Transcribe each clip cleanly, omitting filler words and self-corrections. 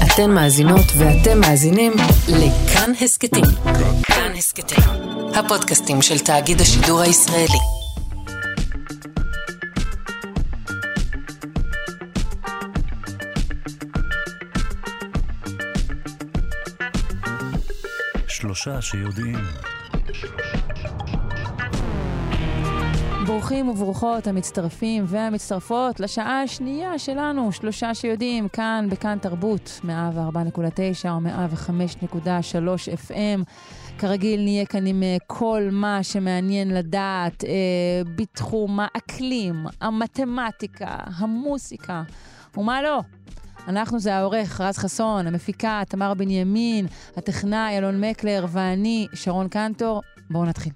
אתן מאזינות ואתם מאזינים לכאן הסקטים. כאן הסקטים, הפודקאסטים של תאגיד השידור הישראלי. שלושה שיודעים. ברוכים וברוכות המצטרפים והמצטרפות לשעה השנייה שלנו, שלושה שיודעים, כאן בכאן תרבות, 104.9 או 105.3 FM. כרגיל נהיה כאן עם כל מה שמעניין לדעת בתחום האקלים, המתמטיקה, המוסיקה, ומה לא. אנחנו זה העורך רז חסון, המפיקה תמר בנימין, הטכנאי אלון מקלר ואני שרון קנטור. בואו נתחיל.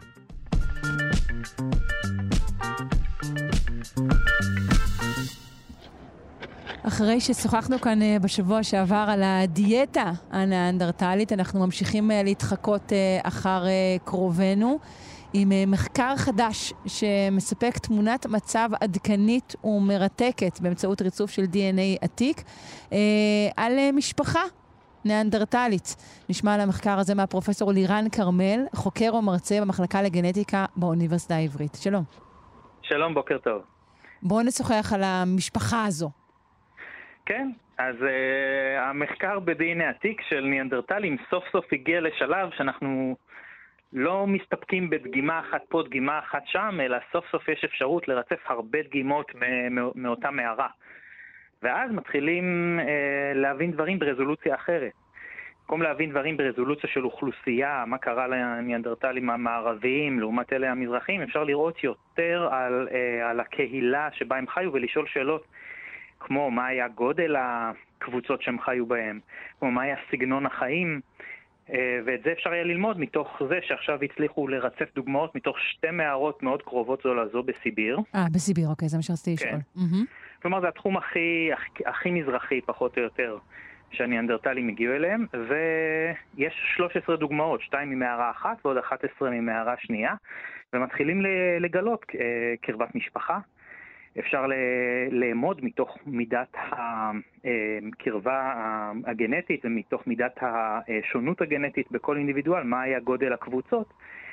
אחרי ששוחחנו כאן בשבוע שעבר על הדיאטה הנאנדרטלית, אנחנו ממשיכים להתחקות אחר קרובנו עם מחקר חדש שמספק תמונת מצב עדכנית ומרתקת באמצעות ריצוף של DNA עתיק על משפחה נאנדרטלית. נשמע על המחקר הזה מהפרופסור לירן קרמל, חוקר ומרצה במחלקה לגנטיקה באוניברסיטה העברית. שלום. שלום, בוקר טוב. בואו נשוחח על המשפחה הזו. כן, אז המחקר ב-DNA עתיק של ניאנדרטלים סוף סוף הגיע לשלב שאנחנו לא מסתפקים בדגימה אחת פה, דגימה אחת שם, אלא סוף סוף יש אפשרות לרצף הרבה דגימות מאותה מערה. ואז מתחילים להבין דברים ברזולוציה אחרת. במקום להבין דברים ברזולוציה של אוכלוסייה, מה קרה לניאנדרטלים המערביים לעומת אלה המזרחיים, אפשר לראות יותר על הקהילה שבה הם חיו ולשאול שאלות כמו מה היה גודל הקבוצות שהם חיו בהם, כמו מה היה סגנון החיים, ואת זה אפשר היה ללמוד מתוך זה שעכשיו הצליחו לרצף דוגמאות מתוך שתי מערות מאוד קרובות זו לזו בסיביר. בסיביר, אוקיי, זה מה שרציתי לשאול. כלומר, זה התחום הכי מזרחי, פחות או יותר, שהניאנדרטלים הגיעו אליהם, ויש 13 דוגמאות, 2 ממערה אחת ועוד 11 ממערה שנייה, ומתחילים לגלות קרבת משפחה. אפשר לאמוד מתוך מידת הקרבה הגנטית ומתוך מידת השונות הגנטית בכל אינדיבידואל, מה היה גודל הקבוצות,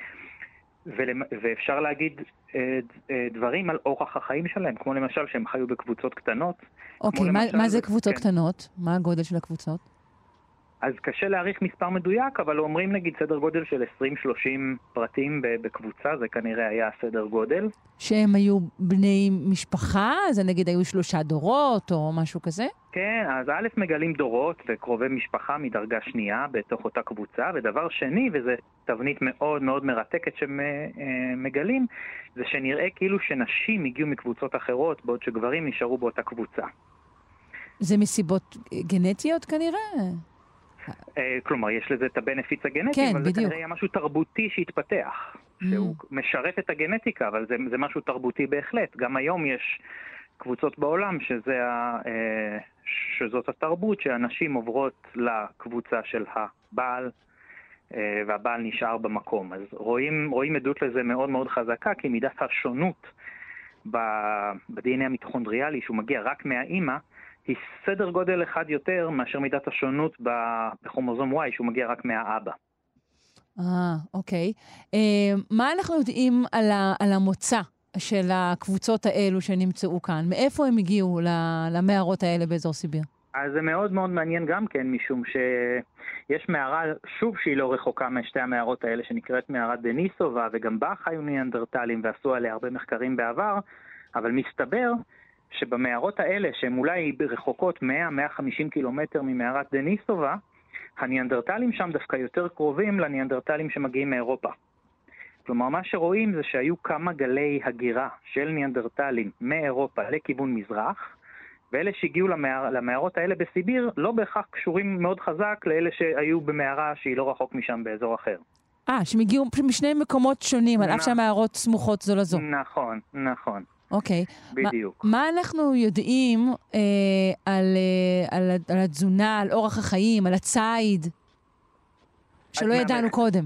ואפשר להגיד דברים על אורח החיים שלהם, כמו למשל שהם חיו בקבוצות קטנות. אוקיי, מה זה קבוצות קטנות? מה הגודל של הקבוצות? אז קשה להעריך מספר מדויק, אבל אומרים נגיד סדר גודל של 20-30 פרטים בקבוצה, זה כנראה היה סדר גודל. שהם היו בני משפחה? זה נגיד היו 3 דורות או משהו כזה? כן, אז א' מגלים דורות וקרובי משפחה מדרגה שנייה בתוך אותה קבוצה, ודבר שני, וזה תבנית מאוד מאוד מרתקת שמגלים, זה שנראה כאילו שנשים הגיעו מקבוצות אחרות, בעוד שגברים נשארו באותה קבוצה. זה מסיבות גנטיות כנראה? כלומר, יש לזה את הבנפיץ הגנטי, כן, אבל בדיוק. זה כנראה היה משהו תרבותי שהתפתח, שהוא משרת את הגנטיקה, אבל זה משהו תרבותי בהחלט. גם היום יש קבוצות בעולם שזאת התרבות, שהנשים עוברות לקבוצה של הבעל, והבעל נשאר במקום. אז רואים עדות לזה מאוד מאוד חזקה, כי מידת השונות ב-DNA המיטוכונדריאלי, שהוא מגיע רק מהאימא, היא סדר גודל אחד יותר מאשר מידת השונות בכרומוזום Y, שהוא מגיע רק מהאבא. אוקיי. מה אנחנו יודעים על המוצא של הקבוצות האלו שנמצאו כאן? מאיפה הם הגיעו למערות האלה באזור סיביר? אז זה מאוד מאוד מעניין גם כן, משום שיש מערה, שוב שהיא לא רחוקה משתי המערות האלה, שנקראת מערת דניסובה, וגם בה חיו ניאנדרטלים ועשו עליה הרבה מחקרים בעבר, אבל מסתבר שבמערות האלה, שהן אולי רחוקות 100-150 קילומטר ממערת דניסובה, הניאנדרטלים שם דווקא יותר קרובים לניאנדרטלים שמגיעים מאירופה. כלומר, מה שרואים זה שהיו כמה גלי הגירה של ניאנדרטלים מאירופה לכיוון מזרח, ואלה שהגיעו למערות האלה בסיביר לא בהכרח קשורים מאוד חזק לאלה שהיו במערה שהיא לא רחוק משם באזור אחר. שהם הגיעו משני מקומות שונים, על אף שהמערות סמוכות זו לזו. נכון, נכון. אוקיי. בדיוק. מה אנחנו יודעים על התזונה, על אורח החיים, על הציד, שלא ידענו קודם?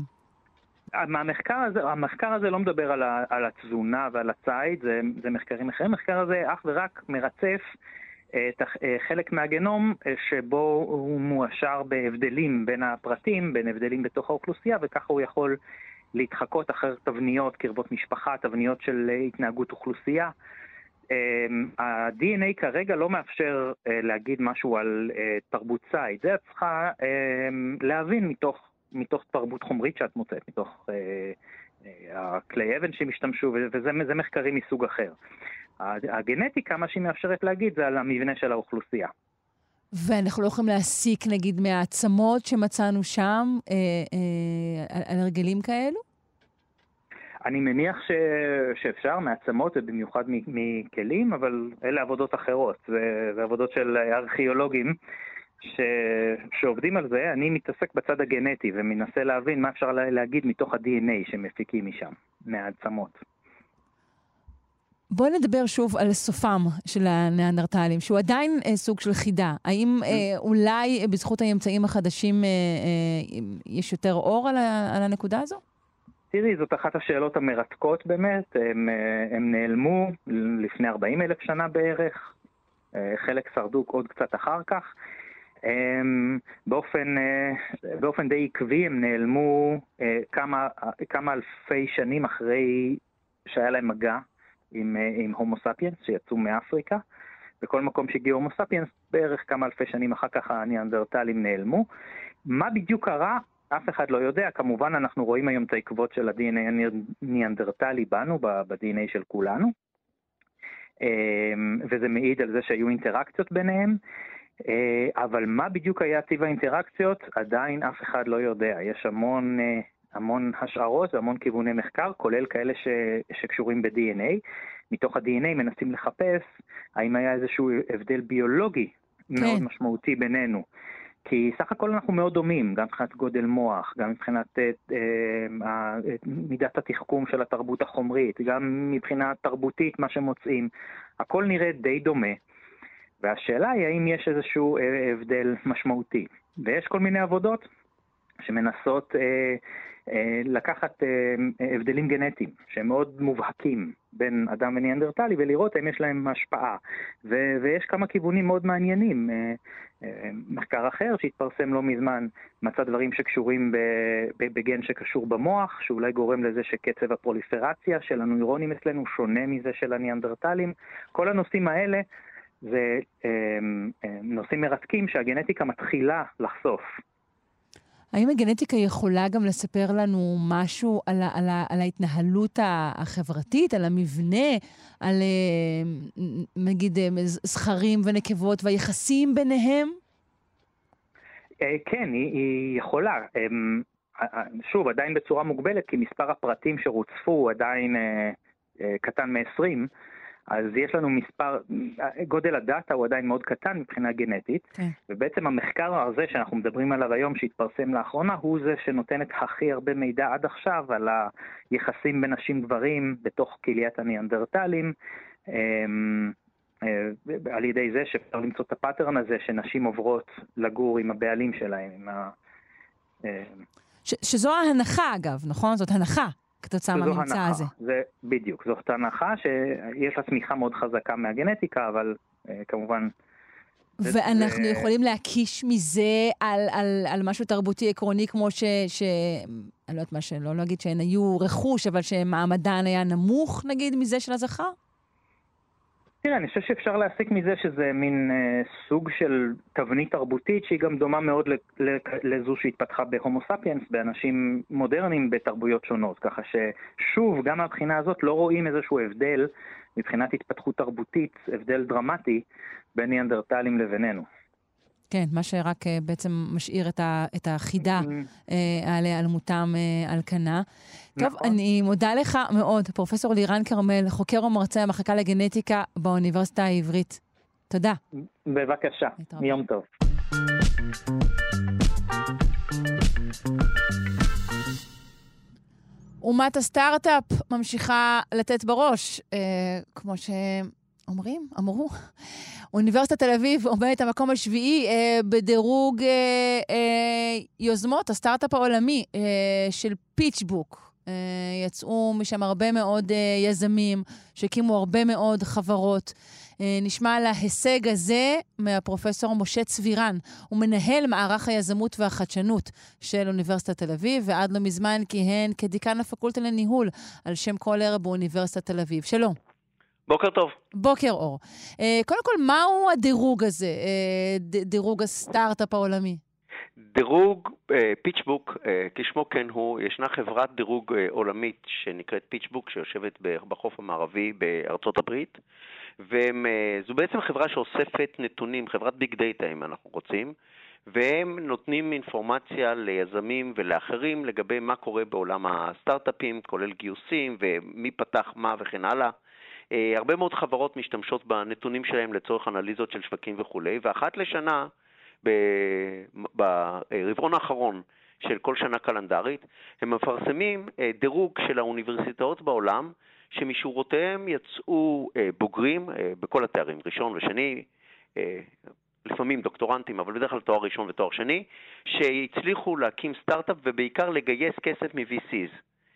המחקר הזה לא מדבר על התזונה ועל הציד, זה מחקרים אחרים. המחקר הזה אך ורק מרצף חלק מהגנום שבו הוא מואשר בהבדלים בין הפרטים, בין הבדלים בתוך האוכלוסייה, וככה הוא יכול להתחקות אחר תבניות, קרבות משפחה, תבניות של התנהגות אוכלוסייה. ה-DNA כרגע לא מאפשר להגיד משהו על תרבות ציד. זה את צריכה להבין מתוך תרבות חומרית שאת מוצאת, מתוך הכלי אבן שמשתמשו, וזה מחקרים מסוג אחר. הגנטיקה, מה שהיא מאפשרת להגיד, זה על המבנה של האוכלוסייה. ואנחנו לא יכולים להסיק, נגיד, מהעצמות שמצאנו שם, על הרגלים כאלו? אני מניח שאפשר מעצמות ובמיוחד מכלים, אבל אלה עבודות אחרות. זה עבודות של ארכיאולוגים שעובדים על זה. אני מתעסק בצד הגנטי ומנסה להבין מה אפשר להגיד מתוך ה-DNA שמפיקים משם, מהעצמות. בואו נדבר שוב על סופם של הניאנדרטלים, שהוא עדיין סוג של חידה. האם אולי בזכות האמצעים החדשים יש יותר אור על הנקודה הזו? תראי, זאת אחת השאלות המרתקות באמת. הם נעלמו לפני 40,000 שנה בערך. חלק שרדו עוד קצת אחר כך. באופן די עקבי הם נעלמו כמה אלפי שנים אחרי שהיה להם מגע עם הומו ספיאנס שיצאו מאפריקה. בכל מקום שהגיעו הומו ספיאנס, בערך כמה אלפי שנים אחר כך הניאנדרטלים נעלמו. מה בדיוק קרה? אף אחד לא יודע. כמובן אנחנו רואים היום את העקבות של ה-DNA הניאנדרטלי בנו, ב-DNA של כולנו. וזה מעיד על זה שהיו אינטראקציות ביניהם. אבל מה בדיוק היה טיב האינטראקציות? עדיין אף אחד לא יודע. יש המון השערות והמון כיווני מחקר, כולל כאלה שקשורים ב-DNA. מתוך ה-DNA מנסים לחפש האם היה איזשהו הבדל ביולוגי מאוד משמעותי בינינו. כי סך הכל אנחנו מאוד דומים, גם מבחינת גודל מוח, גם מבחינת מידת התחכום של התרבות החומרית, גם מבחינה תרבותית מה שמוצאים. הכל נראה די דומה. והשאלה היא האם יש איזשהו הבדל משמעותי. ויש כל מיני עבודות שמנסות לקחת הבדלים גנטיים שהם מאוד מובהקים בין אדם וניאנדרטלי ולראות אם יש להם השפעה. ויש כמה כיוונים מאוד מעניינים. מחקר אחר שהתפרסם לא מזמן מצא דברים שקשורים בגן שקשור במוח, שאולי גורם לזה שקצב הפרוליפרציה של הנוירונים אצלנו שונה מזה של הניאנדרטלים. כל הנושאים האלה זה נושאים מרתקים שהגנטיקה מתחילה לחשוף. האם הגנטיקה יכולה גם לספר לנו משהו על ההתנהלות החברתית, על המבנה, על נגיד זכרים ונקבות והיחסים ביניהם? כן, היא יכולה. שוב, עדיין בצורה מוגבלת, כי מספר הפרטים שרוצפו עדיין קטן מ-20, אז יש לנו גודל הדאטה הוא עדיין מאוד קטן מבחינה גנטית, ובעצם המחקר הזה שאנחנו מדברים עליו היום שהתפרסם לאחרונה, הוא זה שנותן את הכי הרבה מידע עד עכשיו על היחסים בין נשים גברים בתוך קהיליית הניאנדרטלים, על ידי זה שאפשר למצוא את הפאטרן הזה שנשים עוברות לגור עם הבעלים שלהם. שזו ההנחה אגב, נכון? זאת הנחה. כתוצאה מהממצא הזה. זה בדיוק, זאת הנחה שיש לה צמיחה מאוד חזקה מהגנטיקה, אבל כמובן... ואנחנו יכולים להקיש מזה על משהו תרבותי עקרוני, כמו אני לא יודעת מה שלא להגיד שהן היו רכוש, אבל שמעמדן היה נמוך, נגיד, מזה של הזכר? תראה, אני חושב שאפשר להסיק מזה שזה מין סוג של תבנית תרבותית שהיא גם דומה מאוד לזו שהתפתחה בהומו ספיאנס, באנשים מודרניים בתרבויות שונות. ככה ששוב, גם מהבחינה הזאת לא רואים איזשהו הבדל מבחינת התפתחות תרבותית, הבדל דרמטי בין ניאנדרטלים לבינינו. כן, מה שרק בעצם משאיר את החידה על היעלמותם על כנה. טוב, אני מודה לך מאוד, פרופסור לירן כרמל, חוקר ומרצה המחלקה לגנטיקה באוניברסיטה העברית. תודה. בבקשה, יום טוב. אומת הסטארט-אפ ממשיכה לתת בראש, כמו אמרו. אוניברסיטת תל אביב עומדת המקום השביעי בדירוג יוזמות הסטארט-אפ העולמי של פיצ'בוק. יצאו משם הרבה מאוד יזמים, שהקימו הרבה מאוד חברות. נשמע על ההישג הזה מהפרופסור משה צבירן. הוא מנהל מערך היזמות והחדשנות של אוניברסיטת תל אביב, ועד לא מזמן כיהן כדיקן הפקולטה לניהול על שם כל ערב באוניברסיטת תל אביב. שלום. בוקר טוב. בוקר אור. קודם כל, מהו הדירוג הזה, דירוג הסטארט-אפ העולמי? דירוג פיצ'בוק, כשמו כן הוא, ישנה חברת דירוג עולמית שנקראת פיצ'בוק, שיושבת בחוף המערבי בארצות הברית, וזו בעצם חברה שאוספת נתונים, חברת ביג דאטה אם אנחנו רוצים, והם נותנים אינפורמציה ליזמים ולאחרים לגבי מה קורה בעולם הסטארט-אפים, כולל גיוסים ומי פתח מה וכן הלאה. הרבה מאוד חברות משתמשות בנתונים שלהם לצורך אנליזות של שווקים וכו', ואחת לשנה, ברבעון האחרון של כל שנה קלנדרית, הם מפרסמים דירוג של האוניברסיטאות בעולם, שמשורותיהם יצאו בוגרים בכל התארים, ראשון ושני, לפעמים דוקטורנטים, אבל בדרך כלל תואר ראשון ותואר שני, שהצליחו להקים סטארט-אפ ובעיקר לגייס כסף מ-VCs.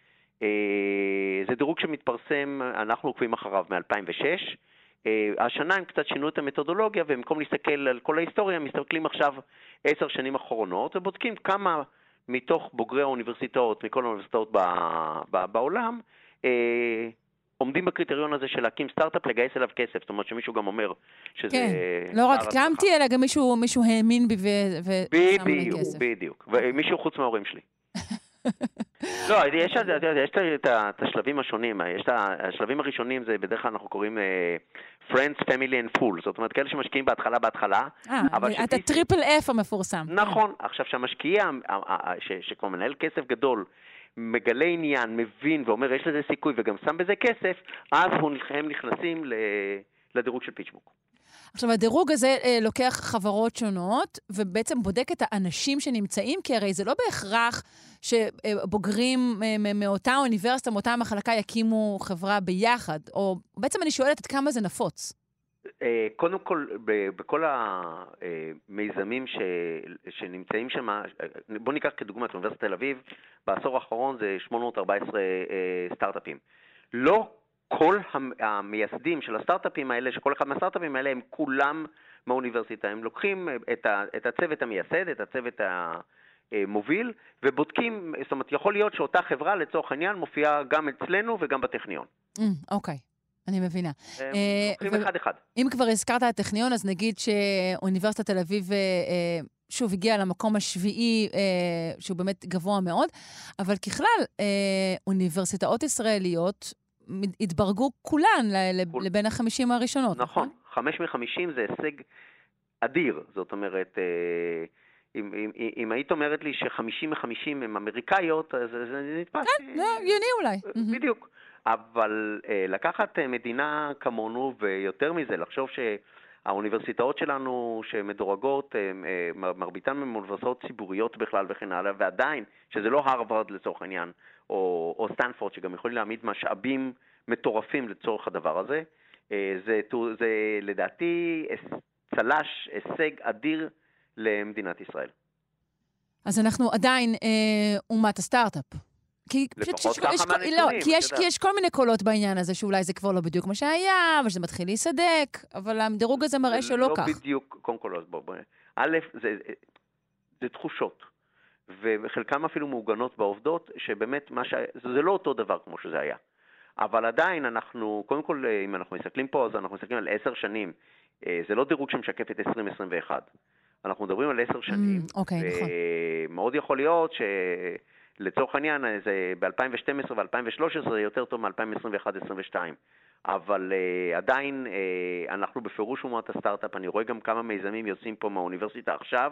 זה דירוג שמתפרסם, אנחנו עוקבים אחריו מ-2006, השנה הם קצת שינו את המתודולוגיה, ובמקום להסתכל על כל ההיסטוריה, מסתכלים עכשיו 10 שנים אחרונות, ובודקים כמה מתוך בוגרי האוניברסיטאות, מכל האוניברסיטאות בעולם, עומדים בקריטריון הזה של להקים סטארט-אפ, לגייס אליו כסף. זאת אומרת שמישהו גם אומר שזה... כן, לא רק קמתי, אלא גם מישהו האמין בי ושם לי כסף. בדיוק, ומישהו חוץ מההורים שלי. לא, יש את השלבים השונים, יש את השלבים הראשונים, זה בדרך כלל אנחנו קוראים Friends, Family and Fools, זאת אומרת כאלה שמשקיעים בהתחלה, את הטריפל F המפורסם. נכון, עכשיו שהמשקיע, שכבר מנהל כסף גדול, מגלה עניין, מבין ואומר יש לזה סיכוי וגם שם בזה כסף, אז הם נכנסים לדירוג של פיצ'בוק. עכשיו, הדירוג הזה לוקח חברות שונות, ובעצם בודק את האנשים שנמצאים, כי הרי זה לא בהכרח שבוגרים מאותה אוניברסיטה, מאותה מחלקה, יקימו חברה ביחד, או בעצם אני שואלת עד כמה זה נפוץ. קודם כל, בכל המיזמים שנמצאים שם, בוא ניקח כדוגמה את אוניברסיטת תל אביב, בעשור האחרון זה 814 סטארט-אפים. לא כל המייסדים של הסטארט-אפים האלה, שכל אחד מהסטארט-אפים האלה הם כולם מהאוניברסיטה. הם לוקחים את הצוות המייסד, את הצוות המוביל, ובודקים, זאת אומרת, יכול להיות שאותה חברה לצורך העניין מופיעה גם אצלנו וגם בטכניון. אוקיי, אני מבינה. לוקחים אחד-אחד. אם כבר הזכרת את הטכניון, אז נגיד שאוניברסיטת תל אביב שוב הגיע למקום השביעי, שהוא באמת גבוה מאוד, אבל ככלל, אוניברסיטאות ישראליות התברגו כולן לבין ה-50 הראשונות. נכון, 5 מ-50 זה הישג אדיר. זאת אומרת, אם היית אומרת לי ש-50 מ-50 הם אמריקאיות, אז זה נתפס. כן, זה הגיוני אולי. בדיוק. אבל לקחת מדינה כמונו, ויותר מזה, לחשוב שהאוניברסיטאות שלנו שמדורגות, מרביתן הן אוניברסיטאות ציבוריות בכלל וכן הלאה, ועדיין, שזה לא הרווארד לצורך העניין, או סטנפורד, שגם יכולים להעמיד משאבים מטורפים לצורך הדבר הזה, זה לדעתי צלש, הישג אדיר למדינת ישראל. אז אנחנו עדיין אומת הסטארט-אפ. לפחות ככה מהנתונים. כי יש כל מיני קולות בעניין הזה, שאולי זה כבר לא בדיוק מה שהיה, ושזה מתחיל להיסדק, אבל הדירוג הזה מראה שלא כך. לא בדיוק, קודם כל, אז בוא. א', זה תחושות. וחלקם אפילו מעוגנות בעובדות, שבאמת זה לא אותו דבר כמו שזה היה. אבל עדיין אנחנו, קודם כל, אם אנחנו מסתכלים פה, אז אנחנו מסתכלים על 10 שנים. זה לא דירוג שמשקף את 2021. אנחנו מדברים על 10 שנים. אוקיי, נכון. מאוד יכול להיות שלצורך העניין, זה ב-2012 ו-2013 זה יותר טוב מ-2021-2022. אבל עדיין אנחנו בפירוש אומת הסטארט-אפ, אני רואה גם כמה מיזמים יוצאים פה מהאוניברסיטה עכשיו,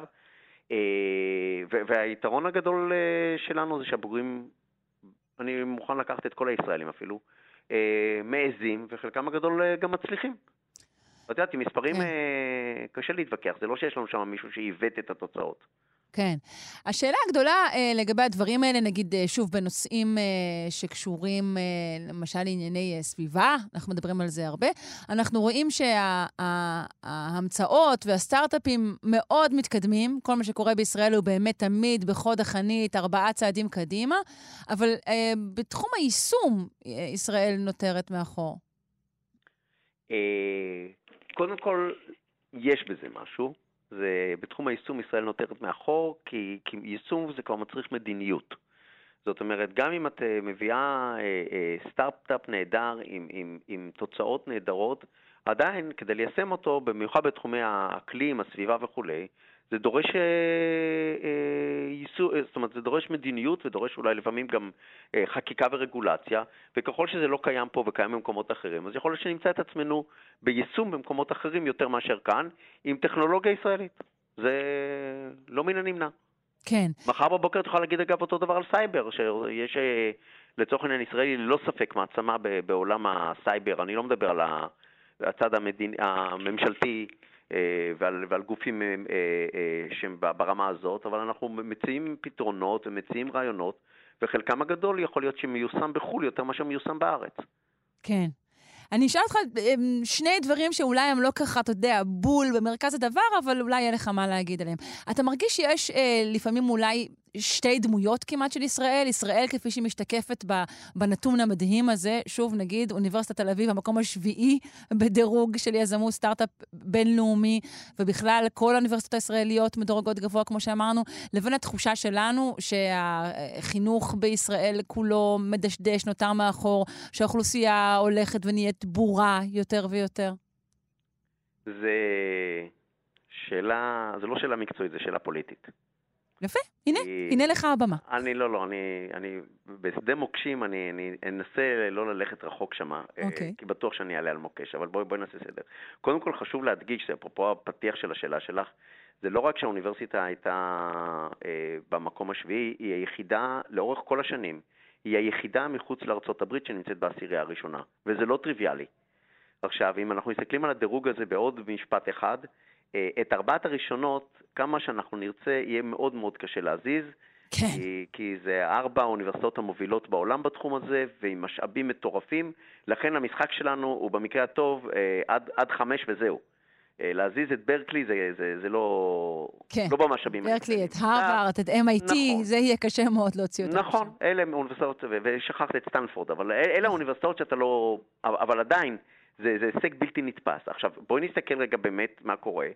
והיתרון הגדול שלנו זה שהבוגרים, אני מוכן לקחת את כל הישראלים אפילו, מעזים, וחלקם הגדול גם מצליחים. את יודעת, עם מספרים קשה להתווכח, זה לא שיש לנו שם מישהו שעיוות את התוצאות. כן. השאלה הגדולה לגבי הדברים האלה, נגיד שוב בנושאים שקשורים למשל לענייני סביבה, אנחנו מדברים על זה הרבה, אנחנו רואים שההמצאות והסטארט-אפים מאוד מתקדמים, כל מה שקורה בישראל הוא באמת תמיד בחוד החנית, 4 צעדים קדימה, אבל בתחום היישום ישראל נותרת מאחור. קודם כל, יש בזה משהו. בתחום היישום ישראל נותרת מאחור, כי יישום זה כבר מצריך מדיניות. זאת אומרת, גם אם את מביאה סטארט-אפ נהדר עם תוצאות נהדרות, עדיין כדי ליישם אותו, במיוחד בתחומי האקלים, הסביבה וכו', זה דורש זאת אומרת, זה דורש מדיניות ודורש אולי לפעמים גם חקיקה ורגולציה, וככל שזה לא קיים פה וקיים במקומות אחרים, אז יכול להיות שנמצא את עצמנו ביישום במקומות אחרים יותר מאשר כאן, עם טכנולוגיה ישראלית. זה לא מן הנמנע. כן. מחר בבוקר תוכל להגיד אגב אותו דבר על סייבר, שיש לצורך העניין ישראלי ללא ספק מעצמה בעולם הסייבר. אני לא מדבר על הצד הממשלתי, ועל גופים שהם ברמה הזאת, אבל אנחנו מציעים פתרונות ומציעים רעיונות, וחלקם הגדול יכול להיות שמיושם בחול יותר מאשר מיושם בארץ. כן. אני אשאל אותך 2 דברים שאולי הם לא ככה, אתה יודע, בול במרכז הדבר, אבל אולי יהיה לך מה להגיד עליהם. אתה מרגיש שיש לפעמים אולי 2 דמויות כמעט של ישראל, ישראל כפי שהיא משתקפת בנתון המדהים הזה, שוב נגיד, אוניברסיטת תל אביב, המקום השביעי בדירוג של יזמות סטארט-אפ בינלאומי, ובכלל כל האוניברסיטות הישראליות מדורגות גבוה, כמו שאמרנו, לבין התחושה שלנו שהחינוך בישראל כולו מדשדש, נותר מאחור, שהאוכלוסייה הולכת ונהיית בורה יותר ויותר. זה לא שאלה מקצועית, זה שאלה פוליטית. יפה, הנה לך הבמה. אני בשדה מוקשים, אני אנסה לא ללכת רחוק שמה, כי בטוח שאני אעלה על מוקש, אבל בואי נעשה סדר. קודם כל חשוב להדגיש, זה אפרופו הפתיח של השאלה שלך, זה לא רק שהאוניברסיטה הייתה במקום השביעי, היא היחידה לאורך כל השנים, היא היחידה מחוץ לארצות הברית שנמצאת בעשירייה הראשונה, וזה לא טריוויאלי. עכשיו, אם אנחנו מסתכלים על הדירוג הזה בעוד משפט אחד, את 4 הראשונות, כמה שאנחנו נרצה, יהיה מאוד מאוד קשה להזיז, כן. כי זה 4 האוניברסיטאות המובילות בעולם בתחום הזה, ועם משאבים מטורפים, לכן המשחק שלנו הוא במקרה הטוב עד 5 וזהו. להזיז את ברקלי זה לא במשאבים. ברקלי, את הרווארד, את MIT, זה יהיה קשה מאוד להוציא אותם. נכון, אלה האוניברסיטאות, ושכחת את סטנפורד, אבל אלה האוניברסיטאות שאתה לא, אבל עדיין, זה הישג בלתי נתפס. עכשיו, בואי נסתכל רגע באמת מה קורה.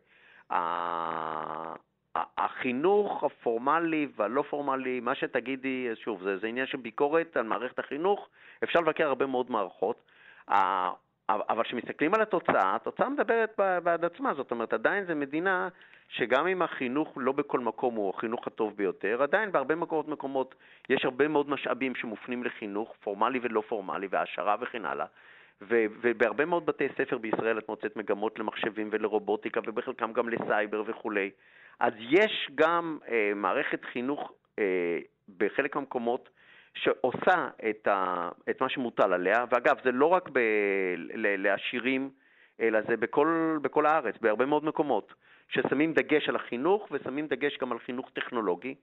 החינוך הפורמלי והלא פורמלי, מה שתגידי, שוב, זה עניין של ביקורת על מערכת החינוך, אפשר לבקר הרבה מאוד מערכות, אבל כשמסתכלים על התוצאה מדברת בעד עצמה, זאת אומרת, עדיין זה מדינה שגם אם החינוך לא בכל מקום הוא החינוך הטוב ביותר, עדיין בהרבה מקומות יש הרבה מאוד משאבים שמופנים לחינוך, פורמלי ולא פורמלי, והעשרה וכן הלאה. ובהרבה מאוד בתי ספר בישראל את מוצאת מגמות למחשבים ולרובוטיקה, ובחלקם גם לסייבר וכו'. אז יש גם מערכת חינוך בחלק מהמקומות שעושה את מה שמוטל עליה, ואגב, זה לא רק לעשירים, אלא זה בכל הארץ, בהרבה מאוד מקומות, ששמים דגש על החינוך, ושמים דגש גם על חינוך טכנולוגי,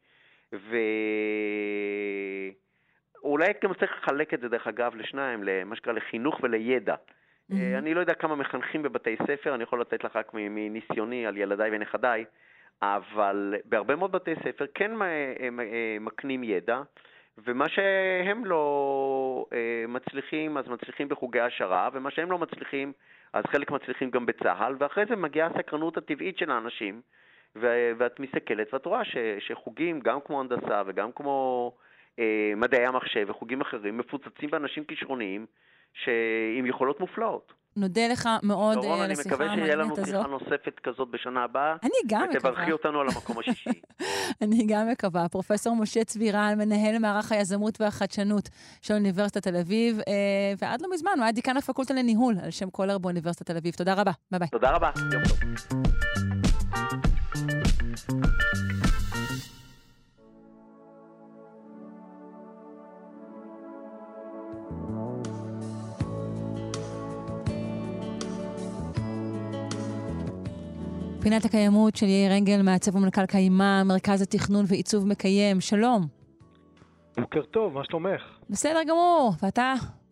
אולי גם צריך לחלק את זה דרך אגב לשניים, למה שקרה לחינוך ולידע. אני לא יודע כמה מחנכים בבתי ספר, אני יכול לתת לך רק מניסיוני על ילדיי ונכדיי, אבל בהרבה מאוד בתי ספר כן מקנים ידע, ומה שהם לא מצליחים, אז מצליחים בחוגי העשרה, ומה שהם לא מצליחים, אז חלק מצליחים גם בצהל, ואחרי זה מגיעה הסקרנות הטבעית של האנשים, ואת מסתכלת, ואת רואה שחוגים, גם כמו הנדסה וגם כמו מדעי המחשב וחוגים אחרים, מפוצצים באנשים כישרוניים עם יכולות מופלאות. נודה לך מאוד לשיחה המעניינת הזו. אני מקווה שיהיה לנו שיחה נוספת כזאת בשנה הבאה. אני גם מקווה. ותברכי אותנו על המקום השישי. אני גם מקווה. פרופסור משה צבירן, מנהל מערך היזמות והחדשנות של אוניברסיטת תל אביב, ועד לא מזמן, הוא היה דיקן הפקולטה לניהול על שם קולר באוניברסיטת תל אביב. תודה רבה. ביי ביי. תודה רבה. יום טוב. פינת הקיימות של יאיר אנגל, מעצב ומנכ"ל קיימה, מרכז התכנון ועיצוב מקיים. שלום. בוקר טוב, מה שלומך? בסדר גמור, ואתה?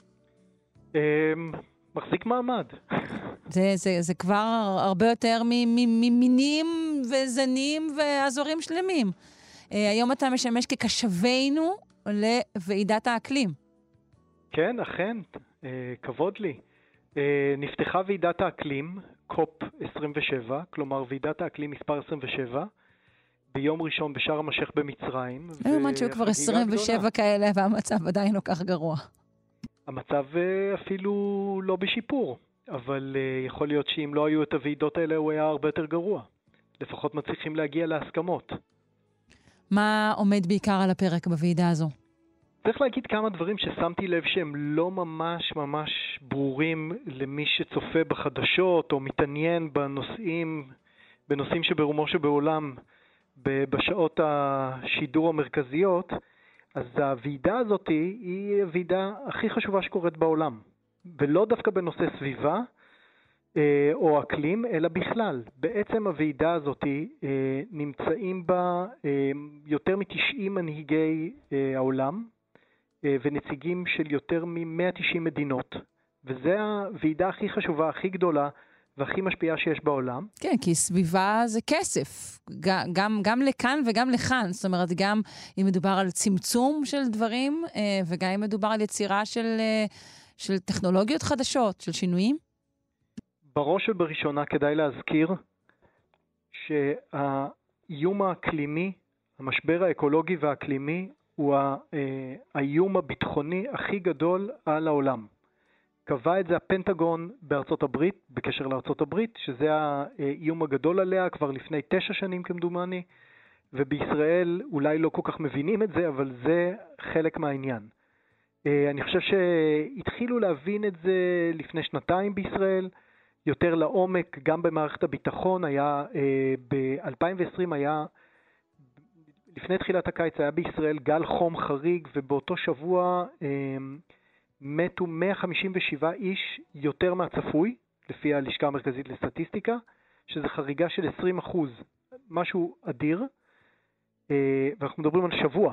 מחזיק מעמד. זה כבר הרבה יותר ממינים וזנים ואזורים שלמים. היום אתה משמש כקשבנו לוועידת האקלים. כן, אכן, כבוד לי. נפתחה ועידת האקלים, קופ 27, כלומר ועידת האקלים מספר 27, ביום ראשון בשארם א-שייח במצרים. האמת שהיו כבר 27 כאלה והמצב עדיין לא כך גרוע. המצב אפילו לא בשיפור, אבל יכול להיות שאם לא היו את הוועידות האלה הוא היה הרבה יותר גרוע. לפחות מצליחים להגיע להסכמות. מה עומד בעיקר על הפרק בוועידה הזו? צריך להגיד כמה דברים ששמתי לב שהם לא ממש ברורים למי שצופה בחדשות או מתעניין בנושאים שברומו שבעולם בשעות השידור המרכזיות. אז הוועידה הזאת היא הוועידה הכי חשובה שקורית בעולם, ולא דווקא בנושא סביבה או אקלים, אלא בכלל. בעצם הוועידה הזאת נמצאים בה יותר מ-90 מנהיגי העולם, ונציגים של יותר מ-190 מדינות, וזו הוועידה הכי חשובה, הכי גדולה והכי משפיעה שיש בעולם. כן, כי סביבה זה כסף, גם לכאן וגם לכאן, זאת אומרת, גם אם מדובר על צמצום של דברים, וגם אם מדובר על יצירה של טכנולוגיות חדשות, של שינויים. בראש ובראשונה כדאי להזכיר שהאיום האקלימי, המשבר האקולוגי והאקלימי, הוא האיום הביטחוני הכי גדול על העולם. קבע את זה הפנטגון בארצות הברית, בקשר לארצות הברית, שזה האיום הגדול עליה כבר לפני 9 שנים כמדומני, ובישראל אולי לא כל כך מבינים את זה, אבל זה חלק מהעניין. אני חושב שהתחילו להבין את זה לפני 2 בישראל, יותר לעומק, גם במערכת הביטחון. ב-2020 לפני תחילת הקיץ היה בישראל גל חום חריג, ובאותו שבוע מתו 157 איש יותר מהצפוי, לפי הלשכה המרכזית לסטטיסטיקה, שזה חריגה של 20%, משהו אדיר, ואנחנו מדברים על שבוע.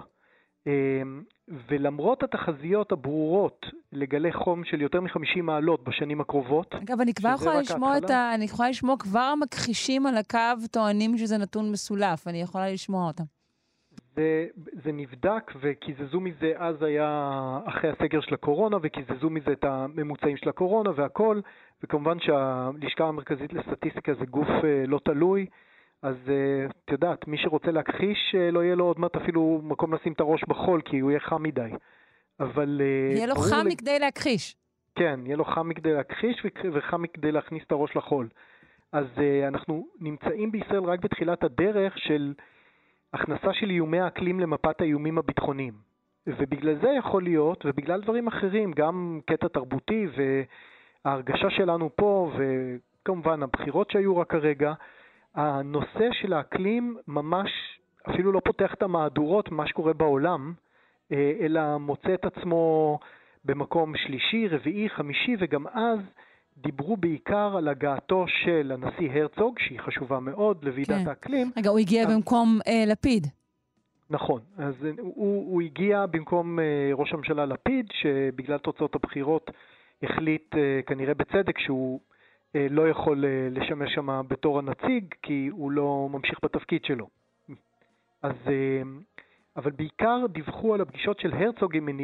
ולמרות התחזיות הברורות לגלי חום של יותר מ-50 מעלות בשנים הקרובות. אגב, אני כבר יכולה לשמוע כבר מכחישים על הקו, טוענים שזה נתון מסולף, אני יכולה לשמוע אותם. זה נבדק, וקיזזו מזה, אז היה אחרי הסגר של הקורונה, וקיזזו מזה את הממוצעים של הקורונה והכל, וכמובן שהלשכה המרכזית לסטטיסטיקה זה גוף לא תלוי, אז את יודעת, מי שרוצה להכחיש, לא יהיה לו עוד מעט אפילו מקום לשים את הראש בחול, כי הוא יהיה חם מדי. אבל יהיה לו חם מכדי להכחיש. כן, יהיה לו חם מכדי להכחיש, וחם מכדי להכניס את הראש לחול. אז אנחנו נמצאים בישראל רק בתחילת הדרך של הכנסה של איומי האקלים למפת האיומים הביטחוניים. ובגלל זה יכול להיות, ובגלל דברים אחרים, גם קטע תרבותי וההרגשה שלנו פה, וכמובן הבחירות שהיו רק הרגע, הנושא של האקלים ממש אפילו לא פותח את המהדורות מה שקורה בעולם, אלא מוצא את עצמו במקום 3, 4, 5, וגם אז דיברו בעיקר על הגעתו של הנשיא הרצוג, שהיא חשובה מאוד לוועידת האקלים. רגע, הוא הגיע במקום לפיד. נכון, אז הוא הגיע במקום ראש הממשלה לפיד, שבגלל תוצאות הבחירות החליט כנראה בצדק שהוא לא יכול לשמש שם בתור הנציג, כי הוא לא ממשיך בתפקיד שלו. אז, אבל בעיקר דיווחו על הפגישות של הרצוג עם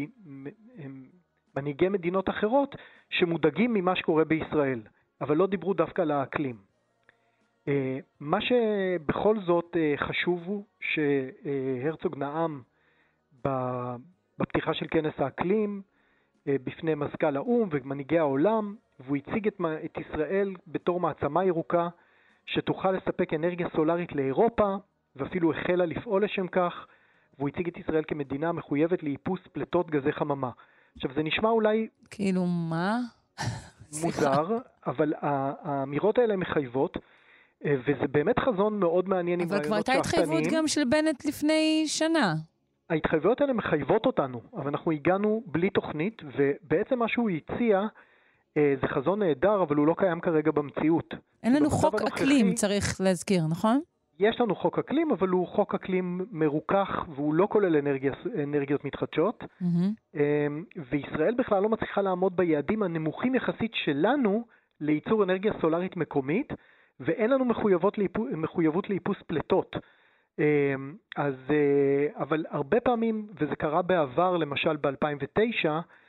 מנהיגי מדינות אחרות שמודאגים ממה שקורה בישראל, אבל לא דיברו דווקא על האקלים. מה שבכל זאת חשוב הוא שהרצוג נאם בפתיחה של כנס האקלים בפני מזכ"ל האו"ם ומנהיגי העולם, והוא הציג את ישראל בתור מעצמה ירוקה שתוכל לספק אנרגיה סולרית לאירופה, ואפילו החלה לפעול לשם כך, והוא הציג את ישראל כמדינה מחויבת לאיפוס פליטות גזי חממה. עכשיו, זה נשמע אולי כאילו מה? מוזר, אבל האמירות האלה מחייבות, וזה באמת חזון מאוד מעניין עם רעיונות שאפתניים. אבל כבר הייתה התחייבות גם של בנט לפני שנה. ההתחייבויות האלה מחייבות אותנו, אבל אנחנו הגענו בלי תוכנית, ובעצם מה שהוא הציע זה חזון נהדר, אבל הוא לא קיים כרגע במציאות. אין לנו חוק אקלים, צריך להזכיר, נכון? יש לנו חוק אקלים, אבל הוא חוק אקלים מרוכך, והוא לא כולל אנרגיות מתחדשות. וישראל בכלל לא מצליחה לעמוד ביעדים הנמוכים יחסית שלנו לייצור אנרגיה סולרית מקומית, ואין לנו מחויבות לאיפוס פלטות. אבל הרבה פעמים, וזה קרה בעבר, למשל ב-2009,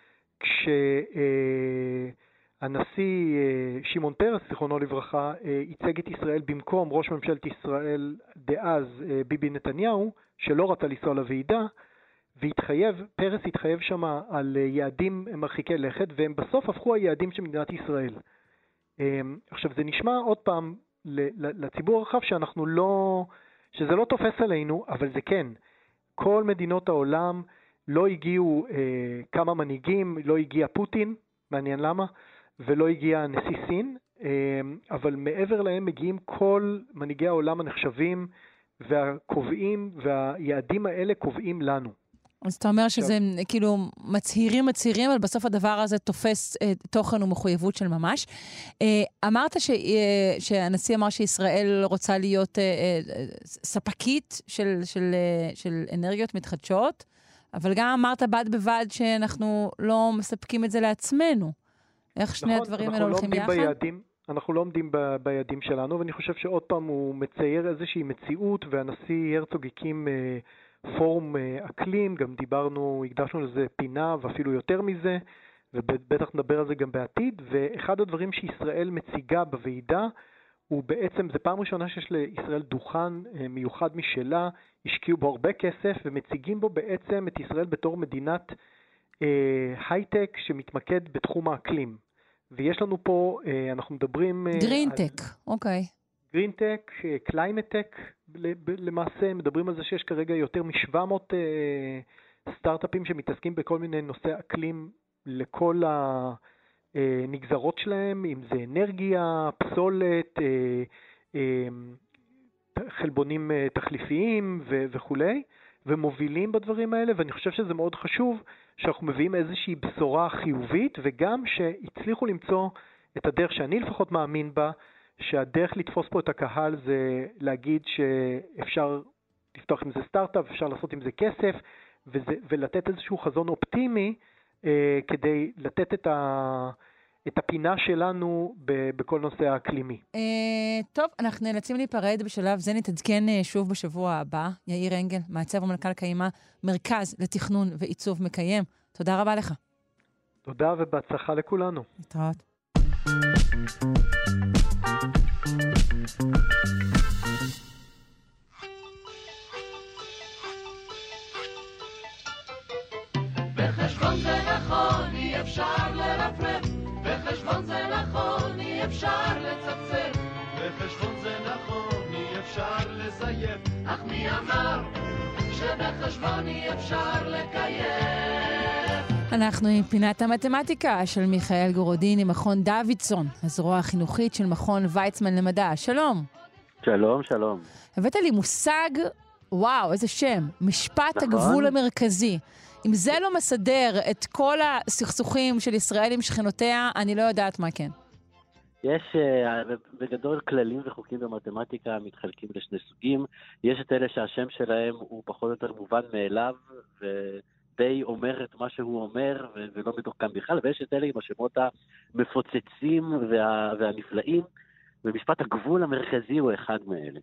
כשהנשיא שמעון פרס, זיכרונו לברכה, ייצג את ישראל במקום ראש ממשלת ישראל דאז ביבי נתניהו, שלא רצה לנסוע לוועידה, פרס התחייב שם על יעדים מרחיקי לכת, והם בסוף הפכו היעדים של מדינת ישראל. עכשיו, זה נשמע עוד פעם לציבור הרחב שזה לא תופס עלינו, אבל זה כן. כל מדינות העולם לא הגיעו כמה מנהיגים, לא הגיע פוטין, מעניין למה, ולא הגיע נשיא סין, אבל מעבר להם מגיעים כל מנהיגי העולם הנחשבים והקובעים, והיעדים האלה קובעים לנו. אז אתה אומר שזה כאילו מצהירים, אבל בסוף הדבר הזה תופס תוכן ומחויבות של ממש. אמרת שהנשיא אמר שישראל רוצה להיות ספקית של אנרגיות מתחדשות, אבל גם אמרת בד בבד שאנחנו לא מספקים את זה לעצמנו. איך שני הדברים האלה הולכים יחד? אנחנו לא עומדים ביעדים שלנו, ואני חושב שעוד פעם הוא מצייר איזושהי מציאות, והנשיא הרצוג הקים פורום אקלים, גם הקדשנו לזה פינה ואפילו יותר מזה, ובטח נדבר על זה גם בעתיד, ואחד הדברים שישראל מציגה בוועידה, הוא בעצם, זה פעם ראשונה שיש לישראל דוכן מיוחד משלה, השקיעו בו הרבה כסף, ומציגים בו בעצם את ישראל בתור מדינת הייטק שמתמקד בתחום האקלים. ויש לנו פה, אנחנו מדברים גרינטק, אוקיי. גרינטק, קליימטק, למעשה מדברים על זה שיש כרגע יותר מ-700 סטארט-אפים שמתעסקים בכל מיני נושאי אקלים לכל הנגזרות שלהם, אם זה אנרגיה, פסולת, חלבונים תחליפיים וכו', ומובילים בדברים האלה, ואני חושב שזה מאוד חשוב שאנחנו מביאים איזושהי בשורה חיובית, וגם שהצליחו למצוא את הדרך שאני לפחות מאמין בה, שהדרך לתפוס פה את הקהל זה להגיד שאפשר לפתוח עם זה סטארט-אפ, אפשר לעשות עם זה כסף, ולתת איזשהו חזון אופטימי, כדי לתת את הפינה שלנו בכל נושא האקלימי. טוב, אנחנו נאלצים להיפרד בשלב זה, נתעדכן שוב בשבוע הבא. יאיר אנגל, מעצב ומנכ"ל קיימה, מרכז לתכנון ועיצוב מקיים. תודה רבה לך. תודה ובהצלחה לכולנו. להתראות. בחשבון זה נכון, אי אפשר לרפרף, בחשבון זה נכון, אי אפשר לצפצף, בחשבון זה נכון, אי אפשר לזייף, אך מי אמר שבחשבון אי אפשר לקיים? אנחנו עם פינת המתמטיקה של מיכאל גורודין עם מכון דוידסון, הזרוע החינוכית של מכון ויצמן למדע. שלום. שלום, שלום. הבאת לי מושג, וואו, איזה שם, משפט הגבול המרכזי. אם זה לא מסדר את כל הסכסוכים של ישראל עם שכנותיה, אני לא יודעת מה כן. יש בגדול כללים וחוקים במתמטיקה מתחלקים לשני סוגים. יש את אלה שהשם שלהם הוא פחות או יותר מובן מאליו, ודי אומר את מה שהוא אומר, ולא מתוחכם בכלל, ויש את אלה עם השמות המפוצצים והנפלאים, ומשפט הגבול המרכזי הוא אחד מאלה.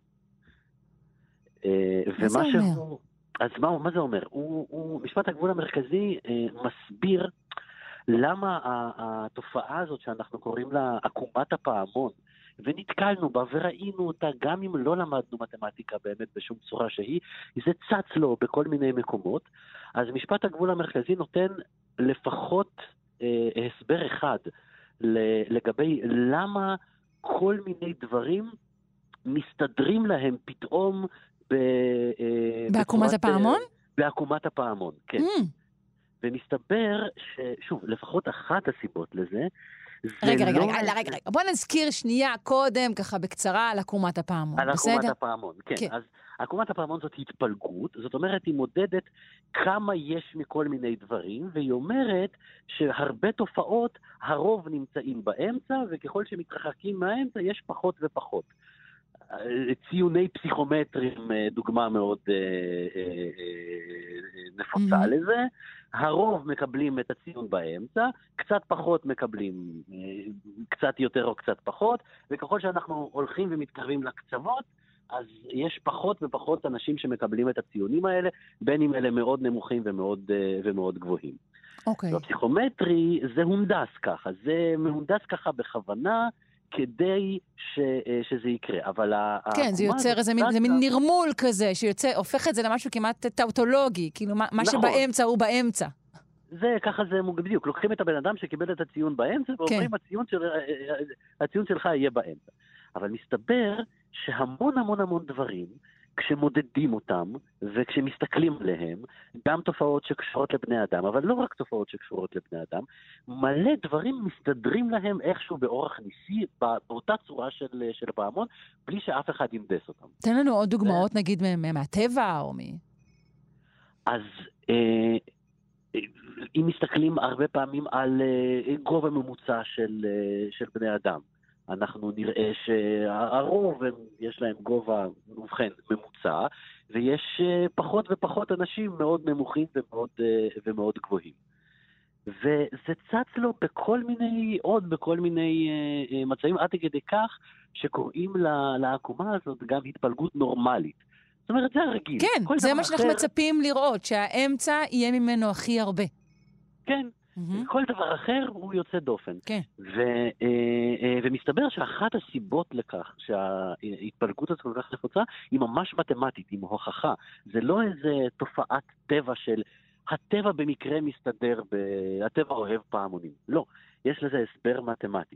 מה זה אומר? אז מה זה אומר? משפט הגבול המרכזי מסביר למה התופעה הזאת שאנחנו קוראים לה עקומת הפעמון, ונתקלנו בה וראינו אותה גם אם לא למדנו מתמטיקה באמת בשום צורה שהיא, זה צץ לו בכל מיני מקומות. אז משפט הגבול המרכזי נותן לפחות הסבר אחד לגבי למה כל מיני דברים מסתדרים להם פתאום בעקומת הפעמון? בעקומת הפעמון, כן. ומסתבר ששוב, לפחות אחת הסיבות לזה, רגע. בוא נזכיר שנייה קודם, ככה בקצרה, על עקומת הפעמון. על עקומת הפעמון, כן. אז עקומת הפעמון זאת התפלגות, זאת אומרת, היא מודדת כמה יש מכל מיני דברים, והיא אומרת שהרבה תופעות, הרוב נמצאים באמצע, וככל שמתרחקים מהאמצע, יש פחות ופחות. ציוני פסיכומטרים, דוגמה מאוד נפוצה לזה. הרוב מקבלים את הציון באמצע, קצת פחות מקבלים קצת יותר או קצת פחות, וככל שאנחנו הולכים ומתקרבים לקצוות, אז יש פחות ופחות אנשים שמקבלים את הציונים האלה, בין אם אלה מאוד נמוכים ומאוד גבוהים. אוקיי. בפסיכומטרי זה הונדס ככה, זה מהונדס ככה בכוונה, כדי שזה יקרה, אבל כן, זה יוצר איזה מין נרמול כזה, הופך את זה למשהו כמעט טאוטולוגי, כאילו מה שבאמצע הוא באמצע. זה, ככה זה בדיוק, לוקחים את הבן אדם שקיבל את הציון באמצע, ואומרים הציון שלך יהיה באמצע. אבל מסתבר שהמון המון המון דברים, כשמודדים אותם וכשמסתכלים עליהם, גם תופעות שקשורות לבני אדם, אבל לא רק תופעות שקשורות לבני אדם, מלא דברים מסתדרים להם איכשהו באורח ניסי, באותה צורה של פעמון, בלי שאף אחד ינדס אותם. תן לנו עוד דוגמאות, נגיד, מהטבע או אז אם מסתכלים הרבה פעמים על גובה ממוצע של בני אדם, אנחנו נראה שהרוב יש להם גובה ובכן ממוצע, ויש פחות ופחות אנשים מאוד נמוכים ומאוד גבוהים. וזה צץ לו בכל מיני מצבים, עד כדי כך שקוראים לעקומה הזאת גם התפלגות נורמלית. זאת אומרת, זה הרגיל. כן, זה מה שאנחנו מצפים לראות, שהאמצע יהיה ממנו הכי הרבה. כן. כל דבר אחר הוא יוצא דופן. כן. ומסתבר שאחת הסיבות לכך שההתפלגות הזאת כל כך נפוצה היא ממש מתמטית, היא הוכחה. זה לא איזה תופעת טבע של הטבע במקרה מסתדר, הטבע אוהב פעמונים. לא, יש לזה הסבר מתמטי.